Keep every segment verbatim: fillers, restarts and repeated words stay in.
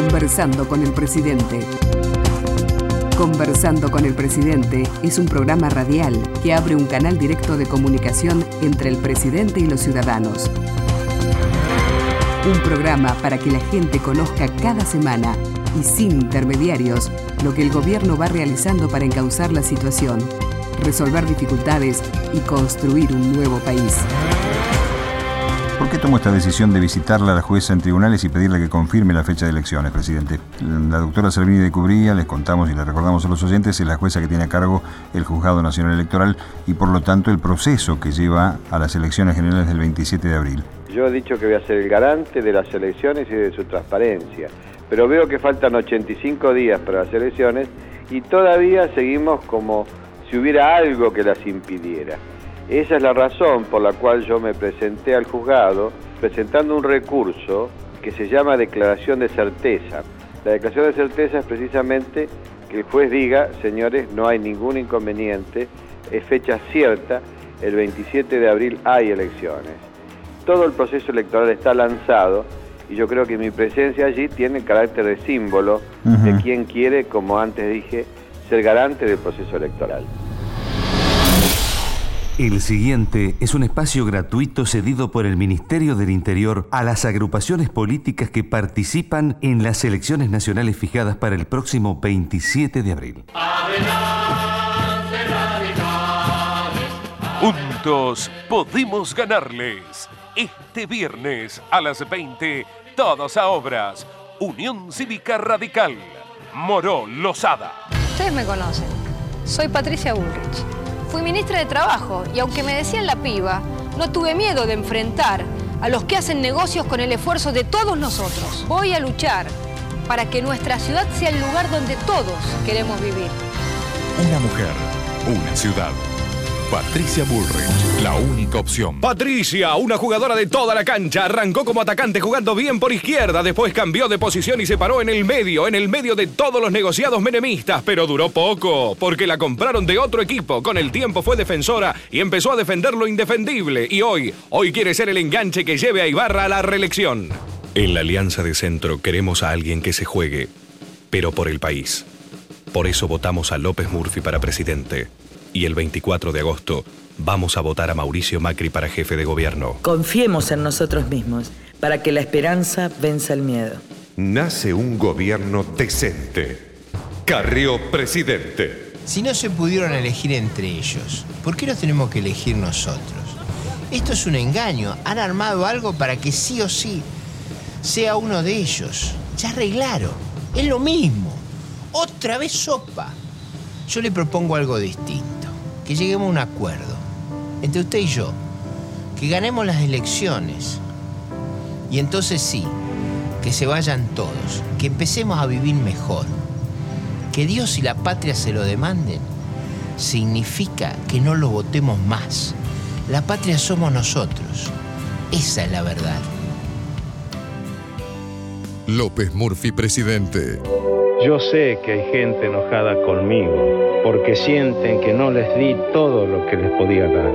Conversando con el Presidente. Conversando con el Presidente es un programa radial que abre un canal directo de comunicación entre el Presidente y los ciudadanos. Un programa para que la gente conozca cada semana y sin intermediarios lo que el gobierno va realizando para encauzar la situación, resolver dificultades y construir un nuevo país. ¿Por qué tomó esta decisión de visitarla a la jueza en tribunales y pedirle que confirme la fecha de elecciones, presidente? La doctora Servini de Cubría, les contamos y le recordamos a los oyentes, es la jueza que tiene a cargo el Juzgado Nacional Electoral y por lo tanto el proceso que lleva a las elecciones generales del veintisiete de abril. Yo he dicho que voy a ser el garante de las elecciones y de su transparencia, pero veo que faltan ochenta y cinco días para las elecciones y todavía seguimos como si hubiera algo que las impidiera. Esa es la razón por la cual yo me presenté al juzgado presentando un recurso que se llama declaración de certeza. La declaración de certeza es precisamente que el juez diga, señores, no hay ningún inconveniente, es fecha cierta, el veintisiete de abril hay elecciones. Todo el proceso electoral está lanzado y yo creo que mi presencia allí tiene carácter de símbolo uh-huh. de quien quiere, como antes dije, ser garante del proceso electoral. El siguiente es un espacio gratuito cedido por el Ministerio del Interior a las agrupaciones políticas que participan en las elecciones nacionales fijadas para el próximo veintisiete de abril. Adelante, radicales. Juntos podemos ganarles. Este viernes a las veinte, todos a obras. Unión Cívica Radical. Moró Lozada. Ustedes me conocen. Soy Patricia Bullrich. Fui ministra de Trabajo y aunque me decían la piba, no tuve miedo de enfrentar a los que hacen negocios con el esfuerzo de todos nosotros. Voy a luchar para que nuestra ciudad sea el lugar donde todos queremos vivir. Una mujer, una ciudad. Patricia Bullrich, la única opción. Patricia, una jugadora de toda la cancha, arrancó como atacante jugando bien por izquierda, después cambió de posición y se paró en el medio, en el medio de todos los negociados menemistas, pero duró poco, porque la compraron de otro equipo. Con el tiempo fue defensora y empezó a defender lo indefendible. Y hoy, hoy quiere ser el enganche que lleve a Ibarra a la reelección. En la Alianza de Centro queremos a alguien que se juegue, pero por el país. Por eso votamos a López Murphy para presidente. Y el veinticuatro de agosto vamos a votar a Mauricio Macri para jefe de gobierno. Confiemos en nosotros mismos para que la esperanza venza el miedo. Nace un gobierno decente. Carrió presidente. Si no se pudieron elegir entre ellos, ¿por qué nos tenemos que elegir nosotros? Esto es un engaño. Han armado algo para que sí o sí sea uno de ellos. Ya arreglaron. Es lo mismo. Otra vez sopa. Yo le propongo algo distinto. Que lleguemos a un acuerdo entre usted y yo, que ganemos las elecciones y entonces sí, que se vayan todos, que empecemos a vivir mejor. Que Dios y la patria se lo demanden significa que no lo votemos más. La patria somos nosotros. Esa es la verdad. López Murphy, presidente. Yo sé que hay gente enojada conmigo porque sienten que no les di todo lo que les podía dar.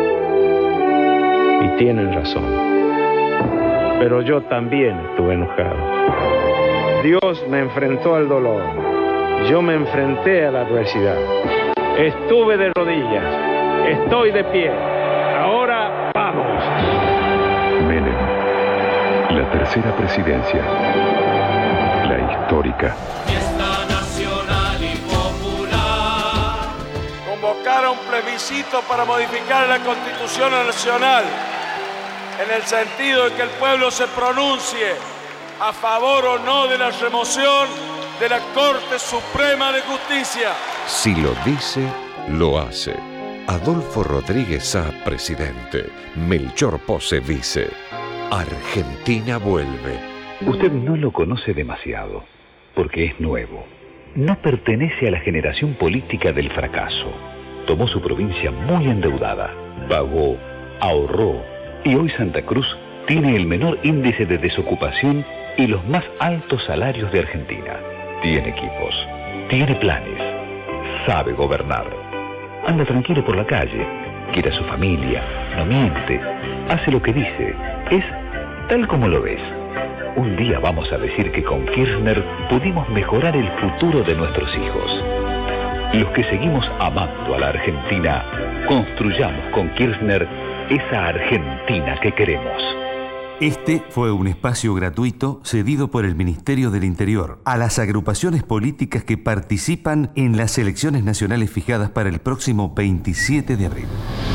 Y tienen razón. Pero yo también estuve enojado. Dios me enfrentó al dolor. Yo me enfrenté a la adversidad. Estuve de rodillas. Estoy de pie. Ahora vamos. Menem. La tercera presidencia. La histórica. Fiesta nacional y popular. Convocar a un plebiscito para modificar la Constitución Nacional en el sentido de que el pueblo se pronuncie a favor o no de la remoción de la Corte Suprema de Justicia. Si lo dice, lo hace. Adolfo Rodríguez Sá, presidente. Melchor Pose, vice. Argentina vuelve. Usted no lo conoce demasiado, porque es nuevo. No pertenece a la generación política del fracaso. Tomó su provincia muy endeudada, pagó, ahorró, y hoy Santa Cruz tiene el menor índice de desocupación y los más altos salarios de Argentina. Tiene equipos, tiene planes, sabe gobernar. Anda tranquilo por la calle, quiere a su familia, no miente, hace lo que dice, es tal como lo ves. Un día vamos a decir que con Kirchner pudimos mejorar el futuro de nuestros hijos. Los que seguimos amando a la Argentina, construyamos con Kirchner esa Argentina que queremos. Este fue un espacio gratuito cedido por el Ministerio del Interior a las agrupaciones políticas que participan en las elecciones nacionales fijadas para el próximo veintisiete de abril.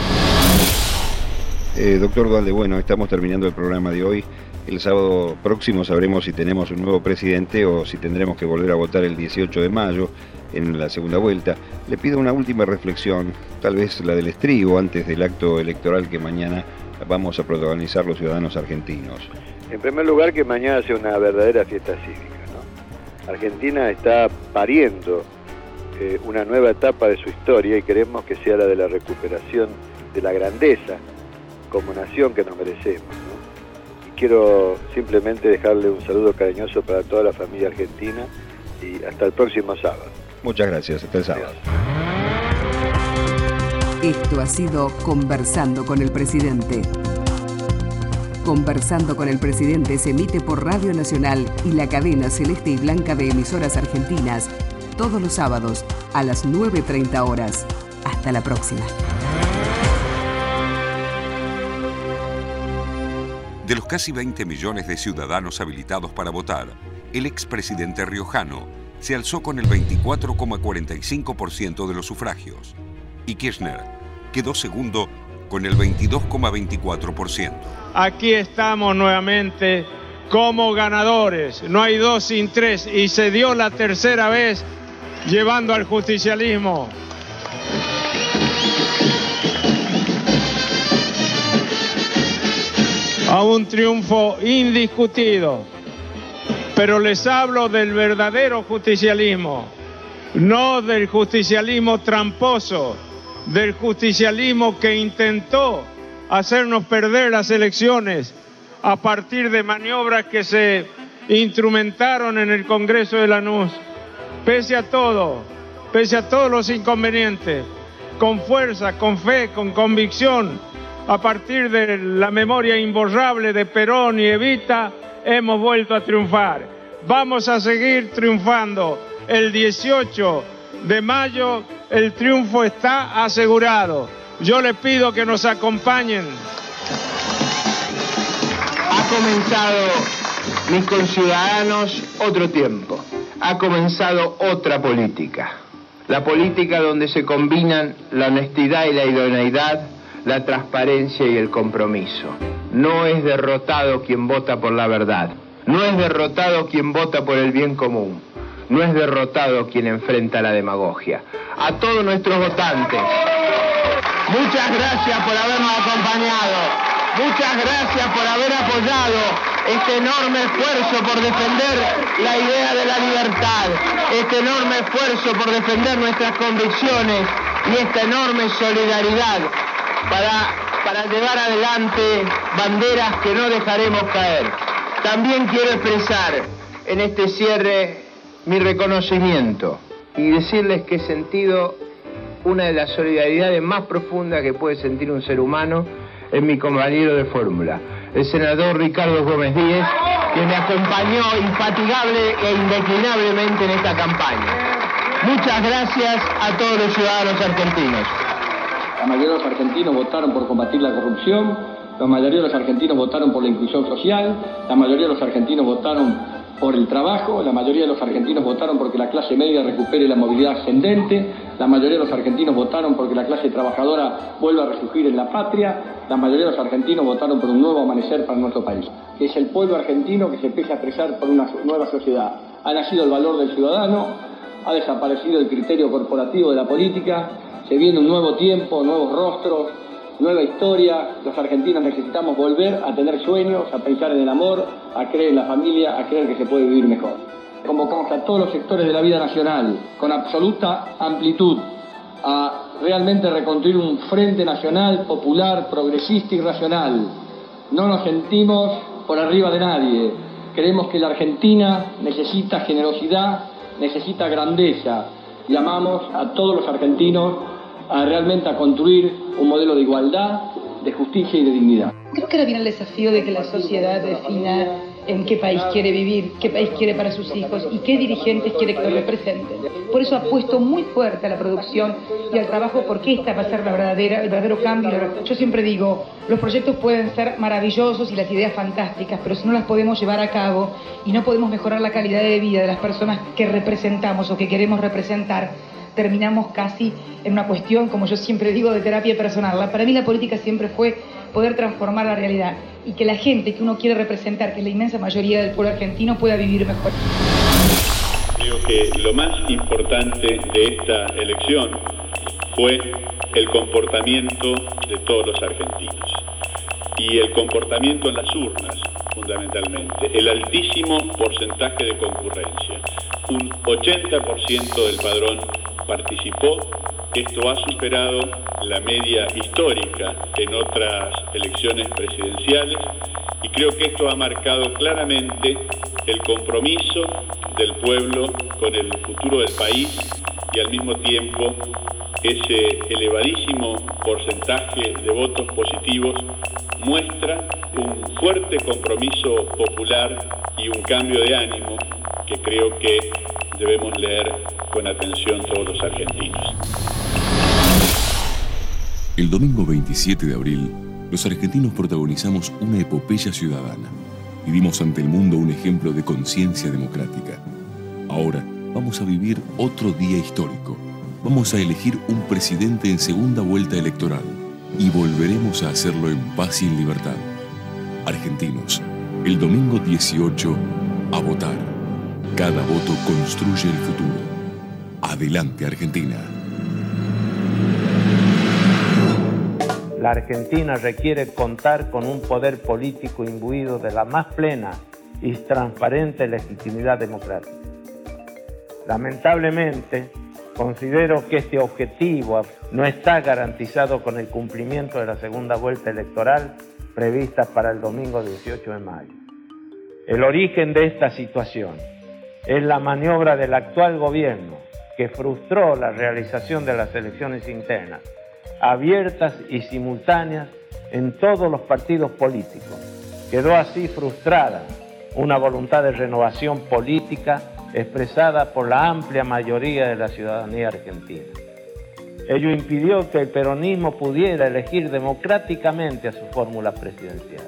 Eh, doctor Duhalde, bueno, estamos terminando el programa de hoy. El sábado próximo sabremos si tenemos un nuevo presidente o si tendremos que volver a votar el dieciocho de mayo en la segunda vuelta. Le pido una última reflexión, tal vez la del estribo, antes del acto electoral que mañana vamos a protagonizar los ciudadanos argentinos. En primer lugar, que mañana sea una verdadera fiesta cívica, ¿no? Argentina está pariendo eh, una nueva etapa de su historia y queremos que sea la de la recuperación de la grandeza como nación que nos merecemos, ¿no? Y quiero simplemente dejarle un saludo cariñoso para toda la familia argentina y hasta el próximo sábado. Muchas gracias, hasta el sábado. Esto ha sido Conversando con el Presidente. Conversando con el Presidente se emite por Radio Nacional y la cadena Celeste y Blanca de emisoras argentinas todos los sábados a las nueve treinta horas. Hasta la próxima. De los casi veinte millones de ciudadanos habilitados para votar, el expresidente riojano se alzó con el veinticuatro coma cuarenta y cinco por ciento de los sufragios y Kirchner quedó segundo con el veintidós coma veinticuatro por ciento. Aquí estamos nuevamente como ganadores, no hay dos sin tres, y se dio la tercera vez llevando al justicialismo a un triunfo indiscutido. Pero les hablo del verdadero justicialismo, no del justicialismo tramposo, del justicialismo que intentó hacernos perder las elecciones a partir de maniobras que se instrumentaron en el Congreso de Lanús. Pese a todo, pese a todos los inconvenientes, con fuerza, con fe, con convicción, a partir de la memoria imborrable de Perón y Evita, hemos vuelto a triunfar. Vamos a seguir triunfando. El dieciocho de mayo el triunfo está asegurado. Yo les pido que nos acompañen. Ha comenzado, mis conciudadanos, otro tiempo. Ha comenzado otra política. La política donde se combinan la honestidad y la idoneidad, la transparencia y el compromiso. No es derrotado quien vota por la verdad. No es derrotado quien vota por el bien común. No es derrotado quien enfrenta la demagogia. A todos nuestros votantes, muchas gracias por habernos acompañado. Muchas gracias por haber apoyado este enorme esfuerzo por defender la idea de la libertad, este enorme esfuerzo por defender nuestras convicciones y esta enorme solidaridad para, para llevar adelante banderas que no dejaremos caer. También quiero expresar en este cierre mi reconocimiento y decirles que he sentido una de las solidaridades más profundas que puede sentir un ser humano en mi compañero de fórmula, el senador Ricardo Gómez Díez, que me acompañó infatigable e indeclinablemente en esta campaña. Muchas gracias a todos los ciudadanos argentinos. La mayoría de los argentinos votaron por combatir la corrupción, la mayoría de los argentinos votaron por la inclusión social, la mayoría de los argentinos votaron por el trabajo, la mayoría de los argentinos votaron porque la clase media recupere la movilidad ascendente, la mayoría de los argentinos votaron porque la clase trabajadora vuelva a resurgir en la patria, la mayoría de los argentinos votaron por un nuevo amanecer para nuestro país. Es el pueblo argentino que se empieza a expresar por una nueva sociedad. Ha nacido el valor del ciudadano, ha desaparecido el criterio corporativo de la política, se viene un nuevo tiempo, nuevos rostros, nueva historia. Los argentinos necesitamos volver a tener sueños, a pensar en el amor, a creer en la familia, a creer que se puede vivir mejor. Convocamos a todos los sectores de la vida nacional, con absoluta amplitud, a realmente reconstruir un frente nacional, popular, progresista y racional. No nos sentimos por arriba de nadie. Creemos que la Argentina necesita generosidad, necesita grandeza. Llamamos a todos los argentinos a realmente a construir un modelo de igualdad, de justicia y de dignidad. Creo que ahora viene el desafío de que la sociedad defina en qué país quiere vivir, qué país quiere para sus hijos y qué dirigentes quiere que lo representen. Por eso apuesto muy fuerte a la producción y al trabajo, porque esta va a ser la verdadera, el verdadero cambio. Yo siempre digo, los proyectos pueden ser maravillosos y las ideas fantásticas, pero si no las podemos llevar a cabo y no podemos mejorar la calidad de vida de las personas que representamos o que queremos representar, terminamos casi en una cuestión, como yo siempre digo, de terapia personal. Para mí la política siempre fue poder transformar la realidad y que la gente que uno quiere representar, que es la inmensa mayoría del pueblo argentino, pueda vivir mejor. Creo que lo más importante de esta elección fue el comportamiento de todos los argentinos y el comportamiento en las urnas, fundamentalmente, el altísimo porcentaje de concurrencia. Un ochenta por ciento del padrón participó. Esto ha superado la media histórica en otras elecciones presidenciales y creo que esto ha marcado claramente el compromiso del pueblo con el futuro del país y al mismo tiempo ese elevadísimo porcentaje de votos positivos muestra un fuerte compromiso popular y un cambio de ánimo que creo que debemos leer con atención todos los argentinos. El domingo veintisiete de abril, los argentinos protagonizamos una epopeya ciudadana y dimos ante el mundo un ejemplo de conciencia democrática. Ahora vamos a vivir otro día histórico. Vamos a elegir un presidente en segunda vuelta electoral y volveremos a hacerlo en paz y en libertad. Argentinos, el domingo dieciocho, a votar. Cada voto construye el futuro. Adelante, Argentina. La Argentina requiere contar con un poder político imbuido de la más plena y transparente legitimidad democrática. Lamentablemente, considero que este objetivo no está garantizado con el cumplimiento de la segunda vuelta electoral prevista para el domingo dieciocho de mayo. El origen de esta situación es la maniobra del actual gobierno que frustró la realización de las elecciones internas, abiertas y simultáneas en todos los partidos políticos. Quedó así frustrada una voluntad de renovación política expresada por la amplia mayoría de la ciudadanía argentina. Ello impidió que el peronismo pudiera elegir democráticamente a su fórmula presidencial.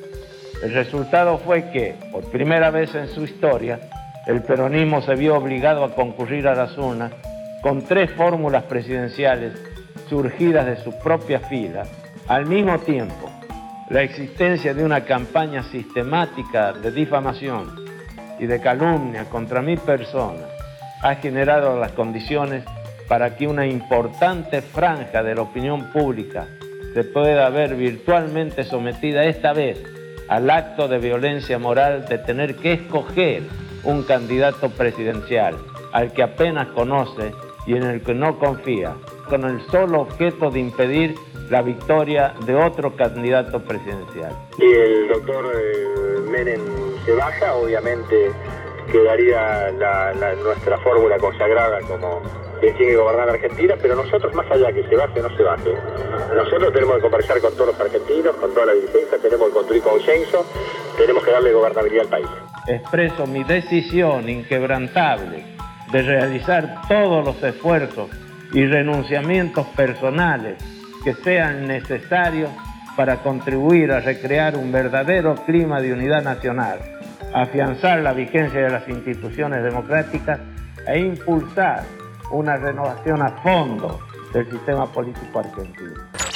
El resultado fue que, por primera vez en su historia, el peronismo se vio obligado a concurrir a las urnas con tres fórmulas presidenciales surgidas de sus propias filas. Al mismo tiempo, la existencia de una campaña sistemática de difamación y de calumnia contra mi persona ha generado las condiciones para que una importante franja de la opinión pública se pueda ver virtualmente sometida esta vez al acto de violencia moral de tener que escoger un candidato presidencial al que apenas conoce y en el que no confía, con el solo objeto de impedir la victoria de otro candidato presidencial. Si el doctor eh, Menem se baja, obviamente quedaría la, la, nuestra fórmula consagrada como quien tiene que gobernar la Argentina, pero nosotros, más allá que se baje o no se baje, nosotros tenemos que conversar con todos los argentinos, con toda la dirigencia, tenemos que construir consenso, tenemos que darle gobernabilidad al país. Expreso mi decisión inquebrantable de realizar todos los esfuerzos y renunciamientos personales que sean necesarios para contribuir a recrear un verdadero clima de unidad nacional, afianzar la vigencia de las instituciones democráticas e impulsar una renovación a fondo del sistema político argentino.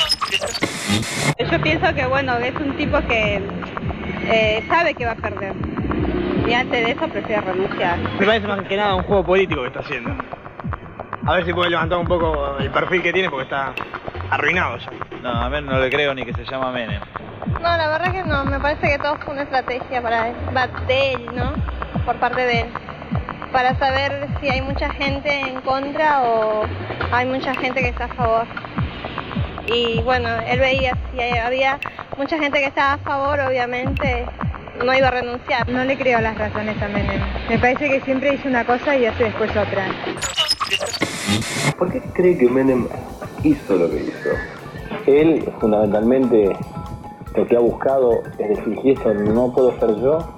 Yo pienso que bueno, es un tipo que eh, sabe que va a perder y antes de eso prefiere renunciar. Me parece más que nada un juego político que está haciendo. A ver si puede levantar un poco el perfil que tiene porque está arruinado ya. No, a Menem no le creo ni que se llama Menem. No, la verdad que no, me parece que todo fue una estrategia para de él, ¿no? Por parte de él. Para saber si hay mucha gente en contra o hay mucha gente que está a favor. Y bueno, él veía si había mucha gente que estaba a favor, obviamente no iba a renunciar. No le creo las razones a Menem. Me parece que siempre dice una cosa y hace después otra. ¿Por qué cree que Menem hizo lo que hizo? Él, fundamentalmente, lo que ha buscado es decir, si eso no puedo ser yo,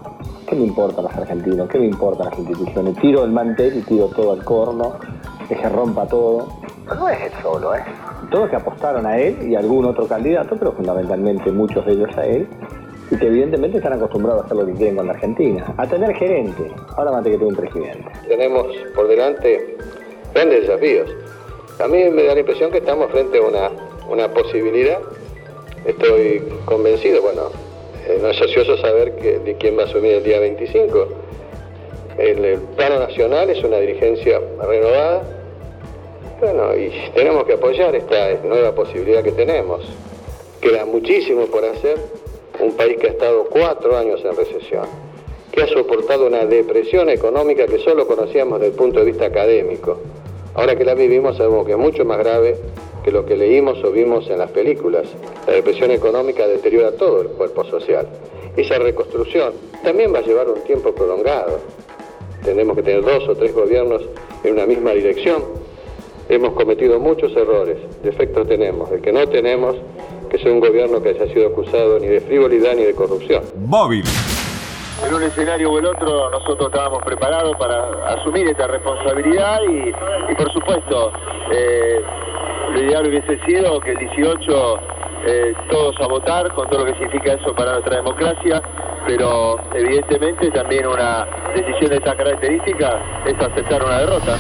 ¿qué me importan los argentinos? ¿Qué me importan las instituciones? Tiro el mantel y tiro todo al corno, que se rompa todo. Pero no es él solo, ¿eh? Todos que apostaron a él y a algún otro candidato, pero fundamentalmente muchos de ellos a él, y que evidentemente están acostumbrados a hacer lo que quieren con la Argentina, a tener gerente. Ahora más que tener un presidente. Tenemos por delante grandes desafíos. A mí me da la impresión que estamos frente a una, una posibilidad. Estoy convencido, bueno, eh, no es ocioso saber que, de quién va a asumir el día veinticinco. El, el plano nacional es una dirigencia renovada. Bueno, y tenemos que apoyar esta nueva posibilidad que tenemos. Queda muchísimo por hacer. Un país que ha estado cuatro años en recesión, que ha soportado una depresión económica que solo conocíamos desde el punto de vista académico. Ahora que la vivimos sabemos que es mucho más grave que lo que leímos o vimos en las películas. La depresión económica deteriora todo el cuerpo social. Esa reconstrucción también va a llevar un tiempo prolongado. Tenemos que tener dos o tres gobiernos en una misma dirección. Hemos cometido muchos errores, defectos tenemos. El que no tenemos, que sea un gobierno que haya sido acusado ni de frivolidad ni de corrupción. Móvil. En un escenario o el otro nosotros estábamos preparados para asumir esta responsabilidad y, y por supuesto, eh, lo ideal hubiese sido que el dieciocho eh, todos a votar con todo lo que significa eso para nuestra democracia, pero evidentemente también una decisión de esta característica es aceptar una derrota.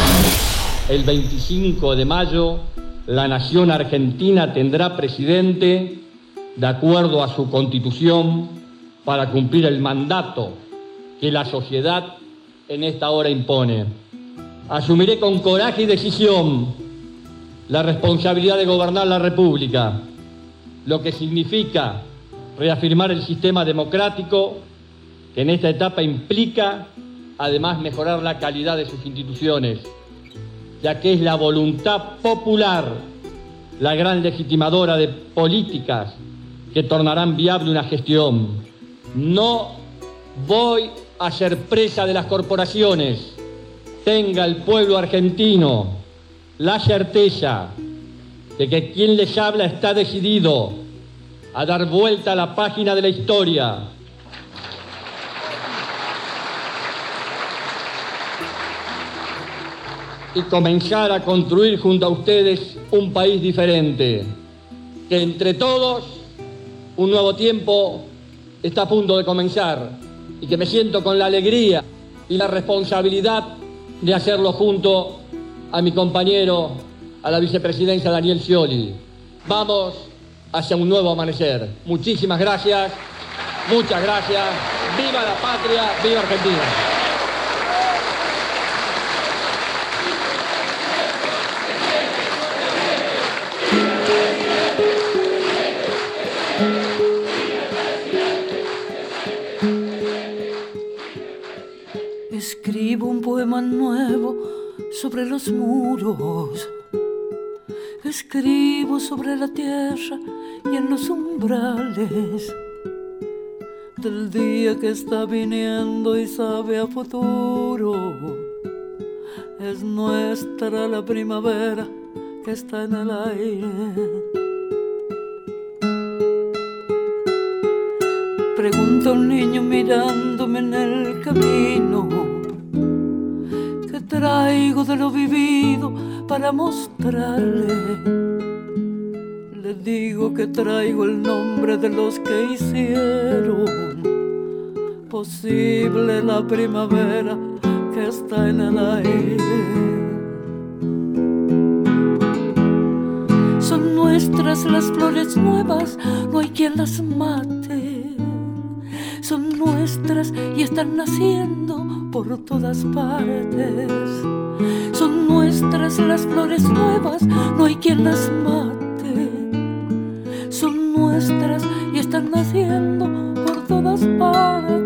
El veinticinco de mayo la nación argentina tendrá presidente de acuerdo a su constitución para cumplir el mandato que la sociedad en esta hora impone. Asumiré con coraje y decisión la responsabilidad de gobernar la República, lo que significa reafirmar el sistema democrático que en esta etapa implica además mejorar la calidad de sus instituciones, ya que es la voluntad popular la gran legitimadora de políticas que tornarán viable una gestión. No voy a ser presa de las corporaciones. Tenga el pueblo argentino la certeza de que quien les habla está decidido a dar vuelta a la página de la historia. Y comenzar a construir junto a ustedes un país diferente, que entre todos un nuevo tiempo está a punto de comenzar y que me siento con la alegría y la responsabilidad de hacerlo junto a mi compañero, a la vicepresidencia Daniel Scioli. Vamos hacia un nuevo amanecer. Muchísimas gracias, muchas gracias. ¡Viva la patria! ¡Viva Argentina! Escribo un poema nuevo sobre los muros. Escribo sobre la tierra y en los umbrales del día que está viniendo y sabe a futuro. Es nuestra la primavera que está en el aire. Pregunta a un niño mirándome en el camino, ¿qué traigo de lo vivido para mostrarle? Le digo que traigo el nombre de los que hicieron posible la primavera que está en el aire. Son nuestras las flores nuevas, no hay quien las mate. Son nuestras y están naciendo por todas partes. Son nuestras las flores nuevas, no hay quien las mate. Son nuestras y están naciendo por todas partes.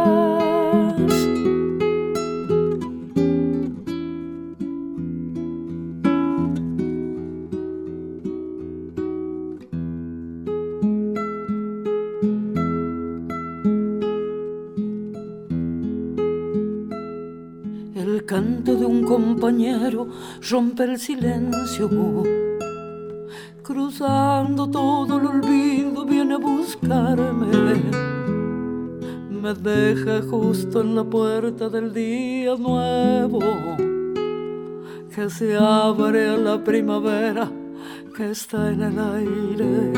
El canto de un compañero rompe el silencio. Cruzando todo el olvido viene a buscarme. me deja justo en la puerta del día nuevo, que se abre a la primavera que está en el aire.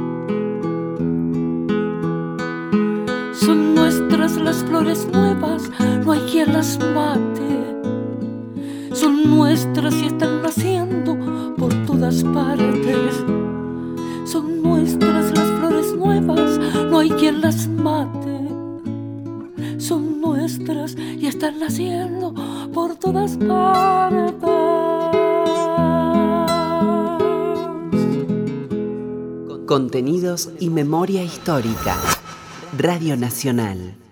Son nuestras las flores nuevas, no hay quien las mate. Son nuestras y están naciendo por todas partes. Son nuestras las flores nuevas, no hay quien las mate. Son nuestras y están naciendo por todas partes. Contenidos y memoria histórica. Radio Nacional.